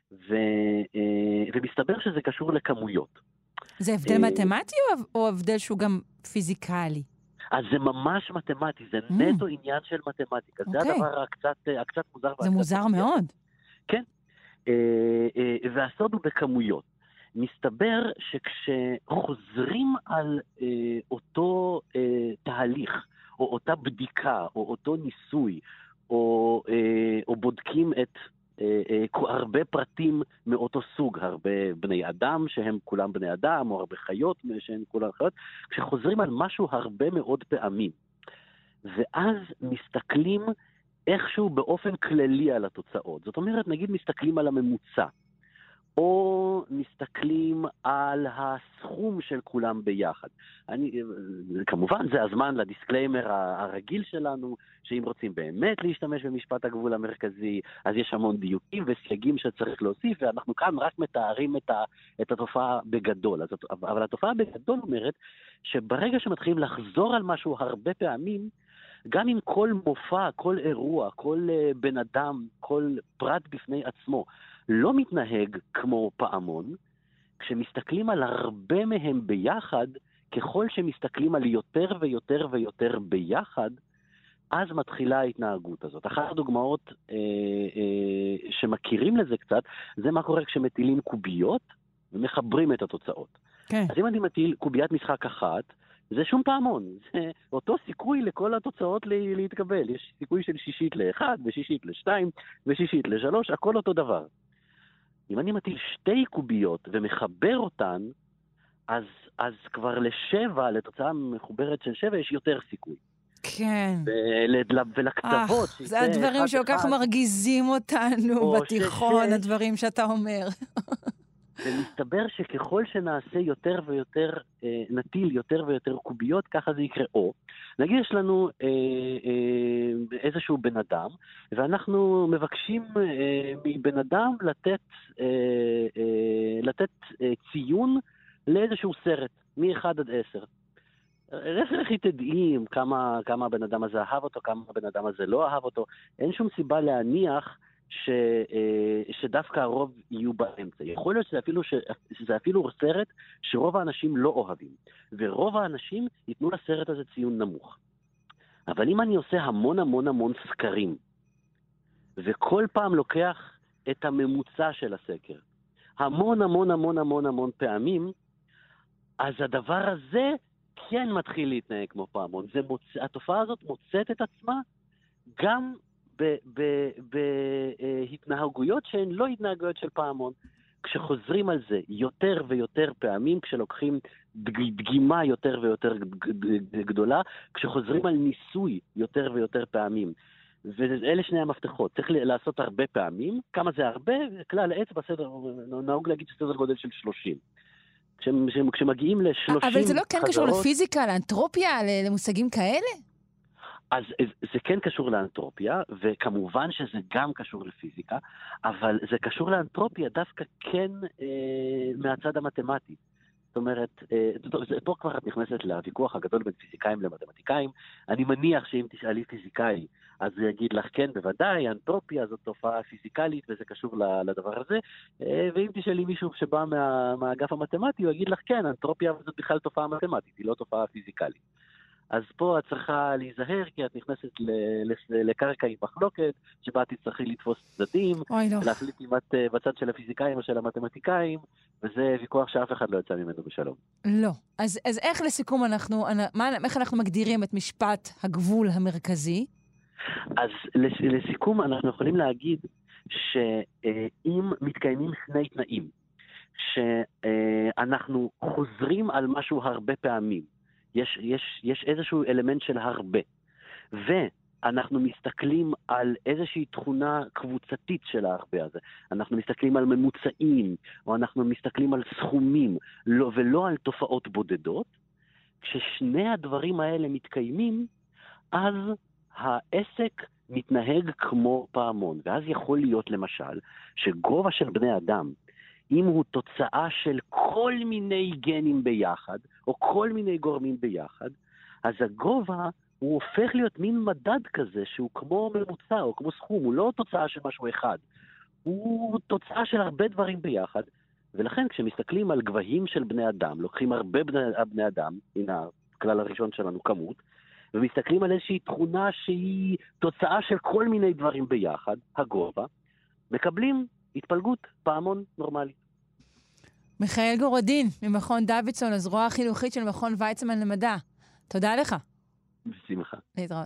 ומסתבר שזה קשור לכמויות. זה הבדל מתמטי או הבדל שהוא גם פיזיקלי? אז זה ממש מתמטי, זה נטו עניין של מתמטיקה. זה הדבר הקצת מוזר. זה מוזר מאוד. כן. והסוד הוא בכמויות. מסתבר שכשחוזרים על אותו תהליך, או אותה בדיקה, או אותו ניסוי, או בודקים את הרבה פרטים מאותו סוג, הרבה בני אדם שהם כולם בני אדם, או הרבה חיות שהן כולם חיות, כשחוזרים על משהו הרבה מאוד פעמים, ואז מסתכלים איכשהו באופן כללי על התוצאות. זאת אומרת, נגיד מסתכלים על הממוצע, או מסתכלים על הסכום של כולם ביחד. כמובן, זה הזמן לדיסקליימר הרגיל שלנו, שאם רוצים באמת להשתמש במשפט הגבול המרכזי, אז יש המון דיוקים וסייגים שצריך להוסיף, ואנחנו כאן רק מתארים את התופעה בגדול. אבל התופעה בגדול אומרת שברגע שמתחילים לחזור על משהו הרבה פעמים, גם אם כל מופע, כל אירוע, כל בן אדם, כל פרט בפני עצמו, לא מתנהג כמו פעמון, כשמסתכלים על הרבה מהם ביחד, ככל שמסתכלים על יותר ויותר ויותר ביחד, אז מתחילה ההתנהגות הזאת. אחת הדוגמאות שמכירים לזה קצת, זה מה קורה כשמטילים קוביות ומחברים את התוצאות. כן. אז אם אני מטיל קוביית משחק אחת, זה שום פעמון, זה אותו סיכוי לכל התוצאות להתקבל. יש סיכוי של שישית ל-1, ושישית ל-2, ושישית ל-3, הכל אותו דבר. אם אני מטיל 2 קוביות ומחבר אותן, אז כבר ל-7, לתוצאה מחוברת של 7, יש יותר סיכוי. כן. ולקצוות. זה הדברים שכל כך מרגיזים אותנו בתיכון, הדברים שאתה אומר. ומסתבר שככל שנעשה יותר ויותר, נטיל יותר ויותר קוביות, ככה זה יקרה. או, נגיד יש לנו איזשהו בן אדם, ואנחנו מבקשים מבן אדם לתת ציון לאיזשהו סרט, מ-1 עד 10. איך היא תדעים כמה הבן אדם הזה אהב אותו, כמה הבן אדם הזה לא אהב אותו. אין שום סיבה להניח שדווקא הרוב יהיו באמצע. יכול להיות שזה אפילו סרט שרוב האנשים לא אוהבים, ורוב האנשים ייתנו לסרט הזה ציון נמוך. אבל אם אני עושה המון המון המון סקרים, וכל פעם לוקח את הממוצע של הסקר המון המון המון המון המון פעמים, אז הדבר הזה כן מתחיל להתנהג כמו פעמון. התופעה הזאת מוצאת את עצמה גם בהתנהגויות שהן לא התנהגויות של פעמון. כשחוזרים על זה יותר ויותר פעמים, כשלוקחים דגימה יותר ויותר גדולה, כשחוזרים על ניסוי יותר ויותר פעמים. ואלה שני המפתחות. צריך לעשות הרבה פעמים. כמה זה הרבה? כלל האצבע, נהוג להגיד שסדר גודל של 30. כשמגיעים ל-30 אבל זה לא כן חזרות, קשור לפיזיקה, לאנתרופיה, למושגים כאלה? אז זה כן קשור לאנתרופיה, וכמובן שזה גם קשור לפיזיקה, אבל זה קשור לאנתרופיה דווקא כן מהצד המתמטי. זאת אומרת, פה כבר את נכנסת לוויכוח הגדול בין פיזיקאים למתמטיקאים. אני מניח שאם תשאלי פיזיקאי, אז הוא יגיד לך, כן, בוודאי, אנטרופיה זאת תופעה פיזיקלית, וזה קשור לדבר הזה. ואם תשאלי מישהו שבא מהאגף המתמטי, הוא יגיד לך, כן, אנטרופיה זאת בכלל תופעה מתמטית, היא לא תופעה פיזיקלית. אז פה את צריכה להיזהר, כי את נכנסת לקרקע עם מחלוקת, שבה תצטרכי לתפוס צדדים, להחליט אם את בצד של הפיזיקאים או של המתמטיקאים, וזה ויכוח שאף אחד לא יצא ממנו בשלום. לא. אז איך לסיכום איך אנחנו מגדירים את משפט הגבול המרכזי? אז לסיכום אנחנו יכולים להגיד שאם מתקיימים שני תנאים, שאנחנו חוזרים על משהו הרבה פעמים, יש איזשהו אלמנט של הרבה, ואנחנו מסתכלים על איזושהי תכונה קבוצתית של ההרבה הזה, אנחנו מסתכלים על ממוצעים, או אנחנו מסתכלים על סכומים, ולא על תופעות בודדות, כששני הדברים האלה מתקיימים, אז העסק מתנהג כמו פעמון, ואז יכול להיות למשל שגובה של בני אדם, אם הוא תוצאה של כל מיני גנים ביחד, או כל מיני גורמים ביחד, אז הגובה הוא הופך להיות מין מדד כזה, שהוא כמו ממוצע או כמו סכום, הוא לא תוצאה של משהו אחד, הוא תוצאה של הרבה דברים ביחד, ולכן כשמסתכלים על גבהים של בני אדם, לוקחים הרבה בני אדם, הנה הכלל הראשון שלנו כמות, ומסתכלים על איזושהי תכונה שהיא תוצאה של כל מיני דברים ביחד, הגובה, מקבלים התפלגות פעמון נורמלית. מיכאל גורדין, ממכון דוידסון, הזרוע החינוכית של מכון ויצמן למדע. תודה לך. בשמחה. להתראות.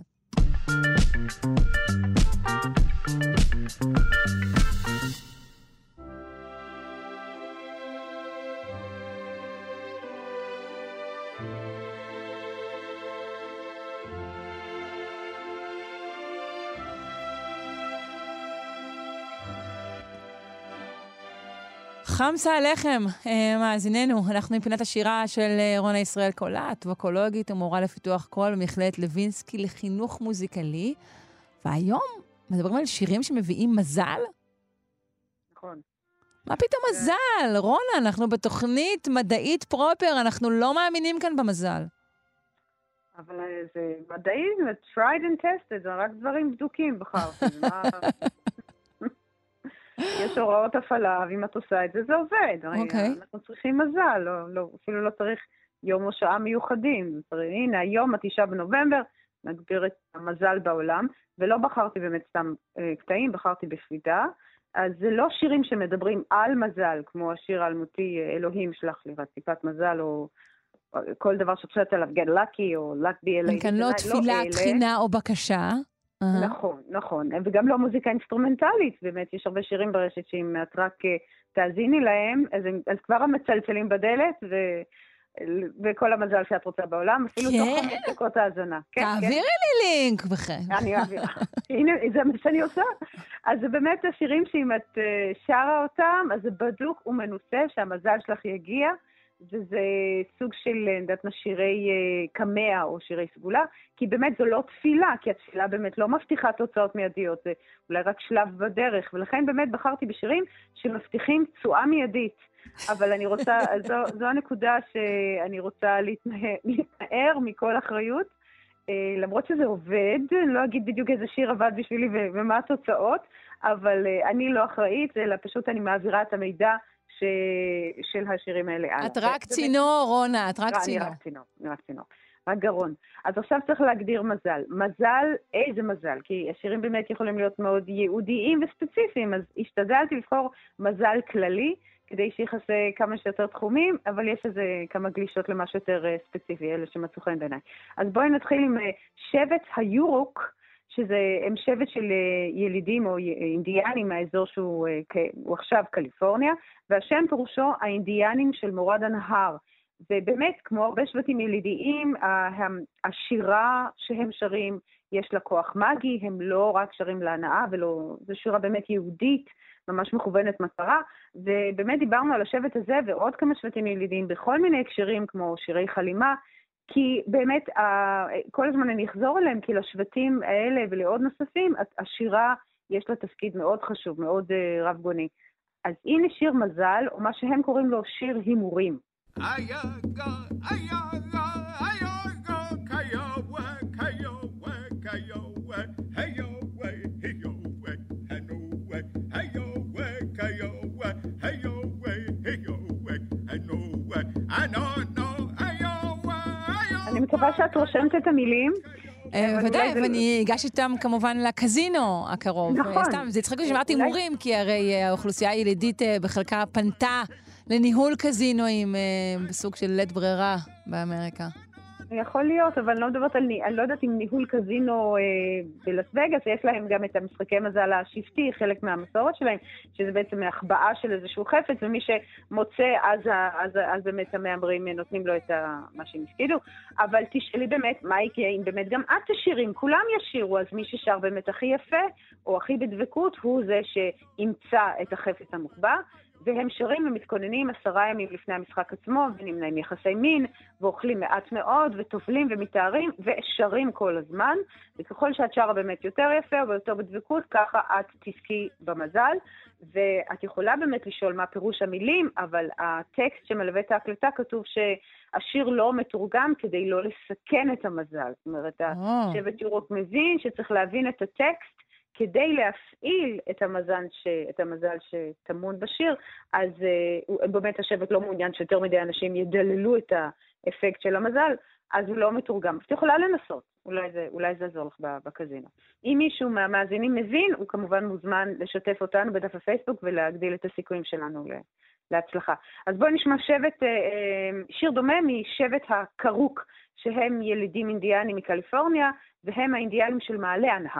חמסה עליכם, מאזיננו. אנחנו עם פינת השירה של רונה ישראל קולט, ווקולוגית ומורה לפיתוח קול במכללת לוינסקי לחינוך מוזיקלי. והיום מדברים על שירים שמביאים מזל? נכון. מה פתאום מזל? רונה, אנחנו בתוכנית מדעית פרופר, אנחנו לא מאמינים כאן במזל. אבל זה מדעי, זה tried and tested, זה רק דברים בדוקים בחר. יש הוראות הפעלה, ואם את עושה את זה, זה עובד. אנחנו צריכים מזל, אפילו לא צריך יום או שעה מיוחדים. הנה, היום, 9 בנובמבר, נגביר את המזל בעולם, ולא בחרתי באמת סתם קטעים, בחרתי בספידה. אז זה לא שירים שמדברים על מזל, כמו השיר האלמותי, אלוהים שלח לי טיפת מזל, או כל דבר שפשט עליו, get lucky, או luck be LA. כאן לא תפילה, תחינה או בקשה. נכון, נכון. וגם לא מוזיקה אינסטרומנטלית, באמת יש הרבה שירים ברשת שאם את רק תאזיני להם, אז כבר המצלצלים בדלת, וכל המזל שאת רוצה בעולם, אפילו תוך 5 דקות האזנה. תעבירי לי לינק בכן. אני אעבירה. הנה, זה מה שאני עושה. אז זה באמת השירים שאם את שרה אותם, אז זה בדוק ומנוסה שהמזל שלך יגיע, וזה סוג של, נדעת, שירי קמע או שירי סגולה, כי באמת זו לא תפילה, כי התפילה באמת לא מבטיחה תוצאות מיידיות, זה אולי רק שלב בדרך, ולכן באמת בחרתי בשירים שמבטיחים תשואה מיידית. אבל אני רוצה, זו הנקודה שאני רוצה להתנער מכל אחריות, למרות שזה עובד, אני לא אגיד בדיוק איזה שיר עבד בשבילי ומה התוצאות, אבל אני לא אחראית, אלא פשוט אני מעבירה את המידע של השירים האלה. את רק צינור, רונה, את רק צינור. אני רק צינור. רק גרון. אז עכשיו צריך להגדיר מזל. מזל, איזה מזל? כי השירים באמת יכולים להיות מאוד ייעודיים וספציפיים, אז השתדלתי לבחור מזל כללי, כדי שיחסה כמה שיותר תחומים, אבל יש איזה כמה גלישות למשהו יותר ספציפי, אלה שמצאו חן בעיניי. אז בואי נתחיל עם שבט היורוק, הם שבט של ילידים או אינדיאנים מהאזור שהוא עכשיו קליפורניה, והשם פירושו האינדיאנים של מורד הנהר. ובאמת, כמו הרבה שבטים ילידיים, השירה שהם שרים, יש לה כוח מגי, הם לא רק שרים להנאה, זו שירה באמת יהודית, ממש מכוונת מטרה, ובאמת דיברנו על השבט הזה ועוד כמה שבטים ילידיים בכל מיני הקשרים, כמו שירי חלימה, כי באמת, כל הזמן אני אחזור אליהם, כי לשבטים האלה ולעוד נוספים, השירה יש לה תפקיד מאוד חשוב, מאוד רב גוני. אז הנה שיר מזל, או מה שהם קוראים לו שיר הימורים. אני מקווה שאת רושמת את המילים. ודאי, ואני אגש איתם כמובן לקזינו הקרוב. נכון. סתם, זה יצחק לשמעת הימורים, כי הרי האוכלוסייה הילידית בחלקה פנתה לניהול קזינואים בסוג של לית ברירה באמריקה. יכול להיות, אבל אני לא יודעת אם ניהול קזינו בלס וגאס, יש להם גם את המשחקי מזל השבטי, חלק מהמסורת שלהם, שזה בעצם החבאה של איזשהו חפץ, ומי שמוצא, אז באמת המאמרים נותנים לו את מה שהם הפקידו. אבל תשאלי באמת, מה יקרה אם באמת גם את תשירים, כולם ישירו, אז מי ששר באמת הכי יפה, או הכי בדבקות, הוא זה שימצא את החפץ המוחבא, והם שרים ומתכוננים 10 ימים לפני המשחק עצמו, ונמנעים יחסי מין, ואוכלים מעט מאוד, וטובלים ומתארים, ושרים כל הזמן. וככל שאת שרה באמת יותר יפה, או יותר בדבקות, ככה את תזכי במזל. ואת יכולה באמת לשאול מה פירוש המילים, אבל הטקסט שמלווה את ההקלטה כתוב שהשיר לא מתורגם כדי לא לסכן את המזל. זאת אומרת, השבט יורוק מבין שצריך להבין את הטקסט, כדי להפעיל את המזל שטמון בשיר, אז באמת השבט לא מעוניין שיותר מדי אנשים ידללו את האפקט של המזל, אז הוא לא מתורגם. את יכולה לנסות, אולי זה יעזור לך בקזינו. אם מישהו מהמאזינים מבין, הוא כמובן מוזמן לשתף אותנו בדף הפייסבוק ולהגדיל את הסיכויים שלנו להצלחה. אז בואו נשמע שיר דומה משבט הקרוק, שהם ילידים אינדיאנים מקליפורניה, והם האינדיאנים של מעלה הנהר.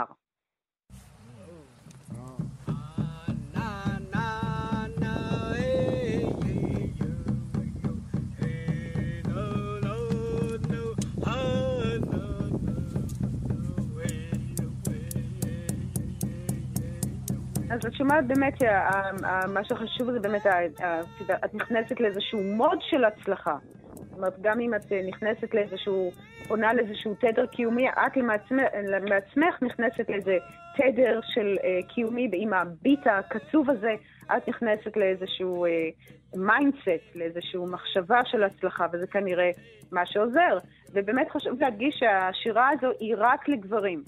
אז את שומעת באמת, מה שחשוב זה באמת, את נכנסת לאיזשהו מוד של הצלחה. זאת אומרת, גם אם את נכנסת עונה לאיזשהו תדר קיומי, את מעצמך נכנסת לאיזה תדר של קיומי, עם הביט הקצוב הזה, את נכנסת לאיזשהו מיינדסט, לאיזשהו מחשבה של הצלחה, וזה כנראה מה שעוזר. ובאמת חשוב להדגיש שהשירה הזו היא רק לגברים.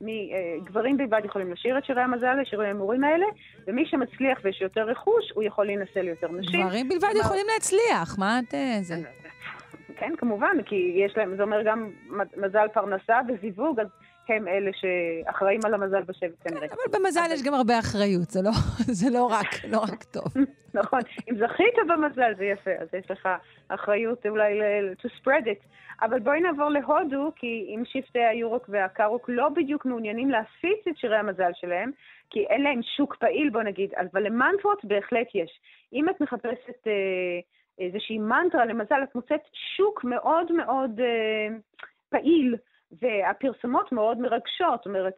גברים בלבד יכולים לשיר את שירי המזל, לשירי ההימורים האלה, ומי שמצליח ויש יותר רכוש, הוא יכול להינשא ליותר נשים. גברים בלבד יכולים להצליח, מה את זה? כן, כמובן, כי יש להם, זה אומר גם מזל פרנסה וזיווג, אז הם אלה שאחראים על המזל בשבט כנראה. אבל במזל יש גם הרבה אחריות, זה לא רק טוב. נכון, אם זכית במזל זה יפה, אז יש לך אחריות אולי to spread it. אבל בואי נעבור להודו, כי אם שבטי היורוק והקרוק לא בדיוק מעוניינים להפיץ את שירי המזל שלהם, כי אין להם שוק פעיל, בוא נגיד, אבל למנטרות בהחלט יש. אם את מחפשת איזושהי מנטרה למזל, את מוצאת שוק מאוד מאוד פעיל, והפרסומות מאוד מרגשות, זאת אומרת,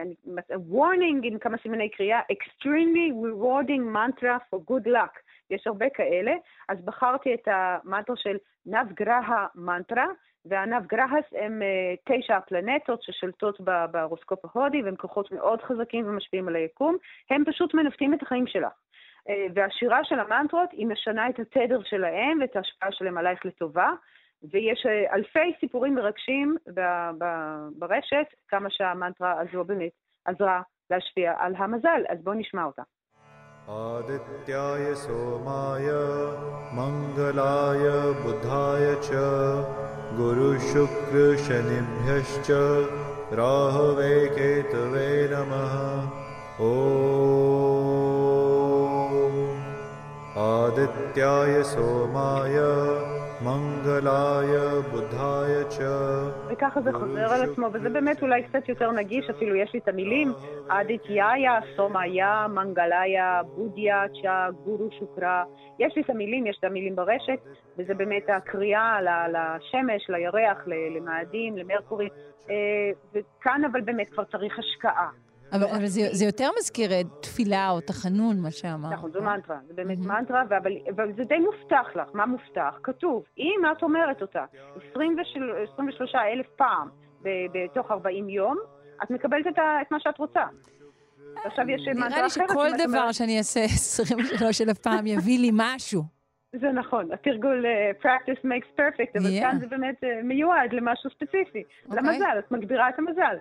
warning עם כמה סימני קריאה, extremely rewarding mantra for good luck. יש הרבה כאלה, אז בחרתי את המנטרה של נבגרהה מנטרה, והנבגרהס הם 9 הפלנטות ששולטות בהורוסקופ ההודי, והם כוחות מאוד חזקים ומשפיעים על היקום, הם פשוט מנווטים את החיים שלך. והשירה של המנטרות היא משנה את התדר שלהם ואת ההשפעה שלהם עלייך לטובה, ויש אלפי סיפורים מרגשים ברשת, כמה שהמנטרה הזו באמת עזרה להשפיע על המזל, אז בואו נשמע אותה. आदित्याय सोमाय मंगलाय बुधाय च गुरुशुक्र शनिभ्यश्च राहवे केतवे नमः ॐ आदित्याय सोमाय मंगलाय बुधाय च. וככה זה חוזר על עצמו, וזה באמת אולי קצת יותר נגיש, אפילו יש לי את המילים, אדיטיה, סומיה, מנגליה, בודיה, צ'ה, גורו שוקרה. יש לי את המילים, יש את המילים ברשת, וזה באמת הקריאה לשמש, לירח, למאדים, למרקורי, וכאן אבל באמת כבר צריך השקעה. אבל זה יותר מזכיר תפילה או תחנון, מה שאמר. נכון, זו מנטרה, זה באמת מנטרה, אבל זה די מובטח לך. מה מובטח? כתוב, אם את אומרת אותה 23,000 פעם בתוך 40 יום, את מקבלת את מה שאת רוצה. עכשיו יש מנטרה אחרת. נראה לי שכל דבר שאני אעשה 23,000 פעם יביא לי משהו. זה נכון, התרגול practice makes perfect, אבל כאן זה באמת מיועד למשהו ספציפי. למזל, את מגבירה את המזל.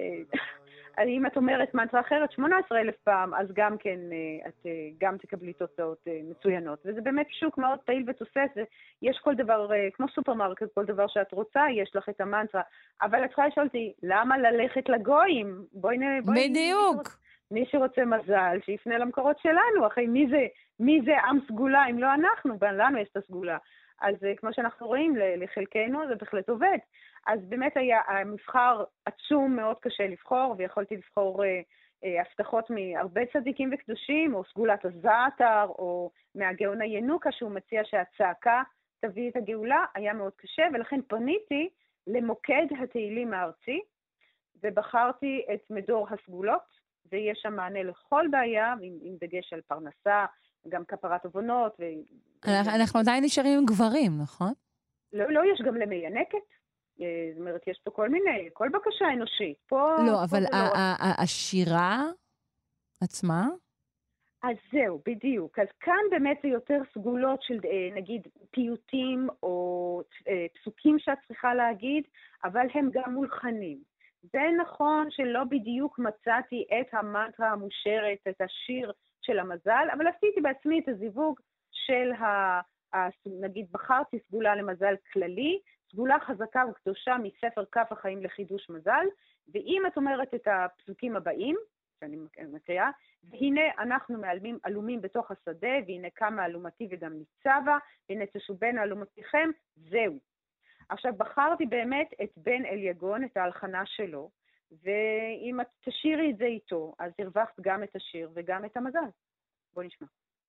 אם את אומרת מנטרה אחרת 18,000 פעם, אז גם כן, את גם תקבלי תוצאות מצוינות. וזה באמת שוק מאוד פעיל ותוסס, יש כל דבר, כמו סופרמרקט, כל דבר שאת רוצה, יש לך את המנטרה. אבל את צריכה לשאול אותי, למה ללכת לגויים? בדיוק. מי שרוצה מזל, שיפנה למקורות שלנו, אחרי מי זה עם סגולה, אם לא אנחנו, לנו יש את הסגולה. אז כמו שאנחנו רואים, לחלקנו זה בהחלט עובד. אז באמת היה המבחר עצום, מאוד קשה לבחור, ויכולתי לבחור הבטחות מהרבה צדיקים וקדושים, או סגולת הזעתר, או מהגאון הינוקה, שהוא מציע שהצעקה תביא את הגאולה, היה מאוד קשה, ולכן פניתי למוקד התהילים הארצי, ובחרתי את מדור הסגולות, ויש שם מענה לכל בעיה, עם דגש על פרנסה, גם כפרת עוונות. אנחנו עדיין נשארים עם גברים, נכון? לא, יש גם למיינקת. זאת אומרת, יש פה כל בקשה אנושית. לא, אבל השירה עצמה? אז זהו, בדיוק. אז כאן באמת זה יותר סגולות של, נגיד, פיוטים או פסוקים שאת צריכה להגיד, אבל הם גם מולחנים. זה נכון שלא בדיוק מצאתי את המנטרה המושרת, את השיר של המזל, אבל עשיתי בעצמי את הזיווג של, נגיד, בחרתי סגולה למזל כללי, סגולה חזקה וקדושה מספר כף החיים לחידוש מזל, ואם את אומרת את הפסוקים הבאים, שאני מקריאה, והנה אנחנו אלומים בתוך השדה, והנה כמה אלומתי וגם ניצבה, והנה תשובנה אלומתיכם, זהו. עכשיו בחרתי באמת את בן אליגון, את ההלחנה שלו, ואם את תשירי את זה איתו, אז הרווחת גם את השיר וגם את המזל. בוא נשמע.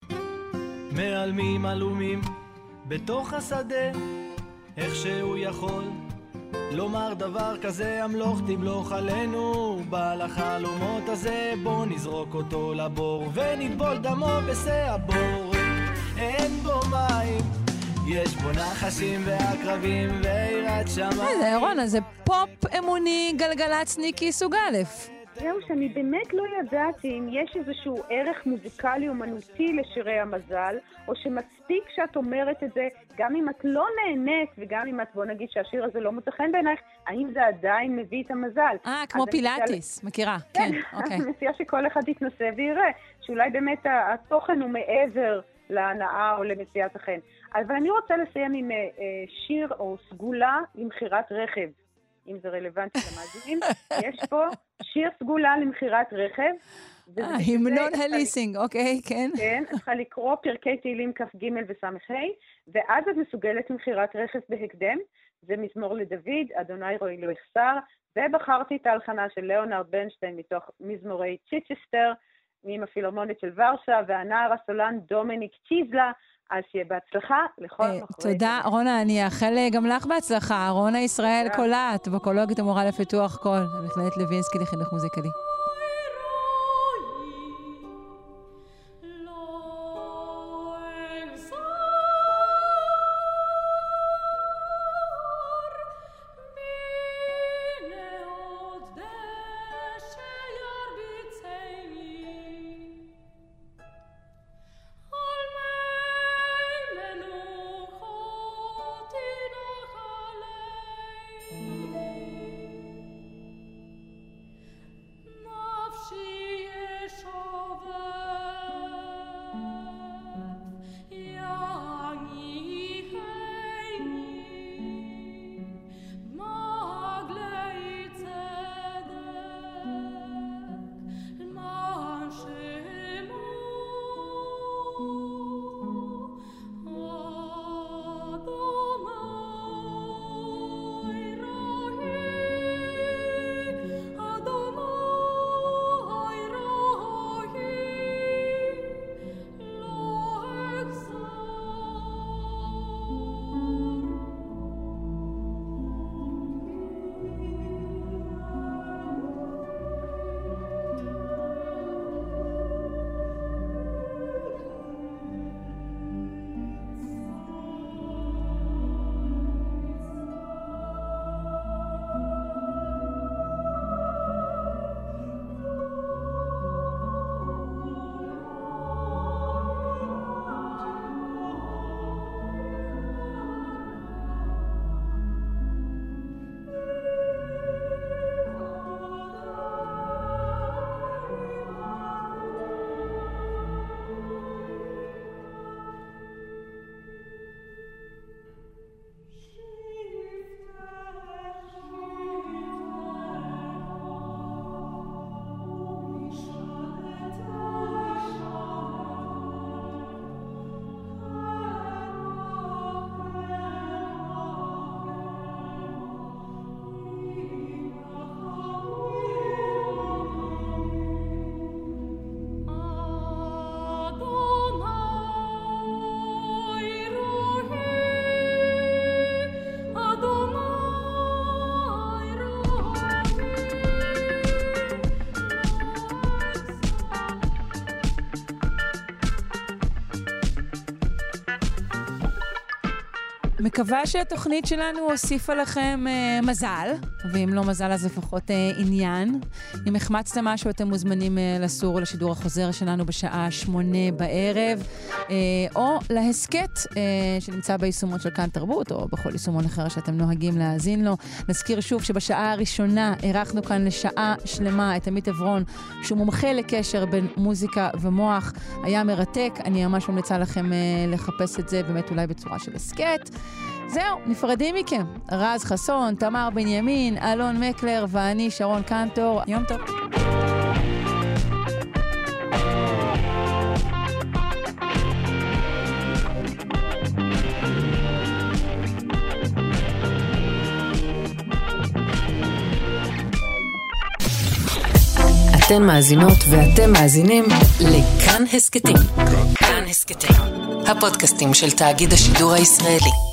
מעלמים אלומים בתוך השדה, איך שהוא יכול לומר דבר כזה, המלוך תמלוך עלינו בעל החלומות הזה, בוא נזרוק אותו לבור ונטבול דמו בשא הבור. אין בו מים, יש בו נחשים ועקרבים ויראת שמיים. זה רונה, זה פופ אמוני גלגלצניקי סוג א'. זהו, שאני באמת לא ידעתי אם יש איזשהו ערך מוזיקלי אומנותי לשירי המזל, או שמספיק שאת אומרת את זה, גם אם את לא נהנית, וגם אם את, בוא נגיד שהשיר הזה לא מוצא חן בעינייך, האם זה עדיין מביא את המזל. כמו פילאטיס, מכירה, כן, אוקיי. אני מציעה שכל אחד יתנסה ויראה, שאולי באמת התוכן הוא מעבר להנאה או למציאת החן. אבל אני רוצה לסיים עם שיר או סגולה למחירת רכב. אם זה רלוונטי למאזינים, יש פה שיר סגולה למחירת רכב. המנון הליסינג, אוקיי, כן. כן, את צריכה לקרוא פרקי תהילים כ"ג וס"ה, ואז את מסוגלת למחירת רכב בהקדם, זה מזמור לדוד, אדוני רואי לא יחסר, ובחרתי את ההלחנה של ליאונרד ברנשטיין מתוך מזמורי צ'יצ'סטר, עם הפילהרמונית של ורשה, והנער הסולן דומיניק צ'יזלה, אז שיהיה בהצלחה לכל מחורי. תודה, רונה, אני אאחל גם לך בהצלחה. רונה ישראל קולט, ווקולוגית המורה לפיתוח קול, מכללת לוינסקי לחינוך מוזיקלי. No מקווה שהתוכנית שלנו הוסיפה לכם מזל, ואם לא מזל אז לפחות עניין. אם החמצתם משהו אתם מוזמנים לסור לשידור החוזר שלנו בשעה 8 בערב, או להסקט שנמצא ביישומון של כאן תרבות, או בכל יישומון אחר שאתם נוהגים להאזין לו. נזכיר שוב שבשעה הראשונה ערכנו כאן לשעה שלמה את עמית עברון, שהוא מומחה לקשר בין מוזיקה ומוח. היה מרתק, אני ממש ממליצה לכם לחפש את זה, באמת אולי בצורה של הסקט. זהו, נפרדים מכם. רז חסון, תמר בנימין, אלון מקלר ואני שרון קנטור. יום טוב. אתן מאזינות ואתם מאזינים לכאן הסקטים. כאן הסקטים, הפודקאסטים של תאגיד השידור הישראלי.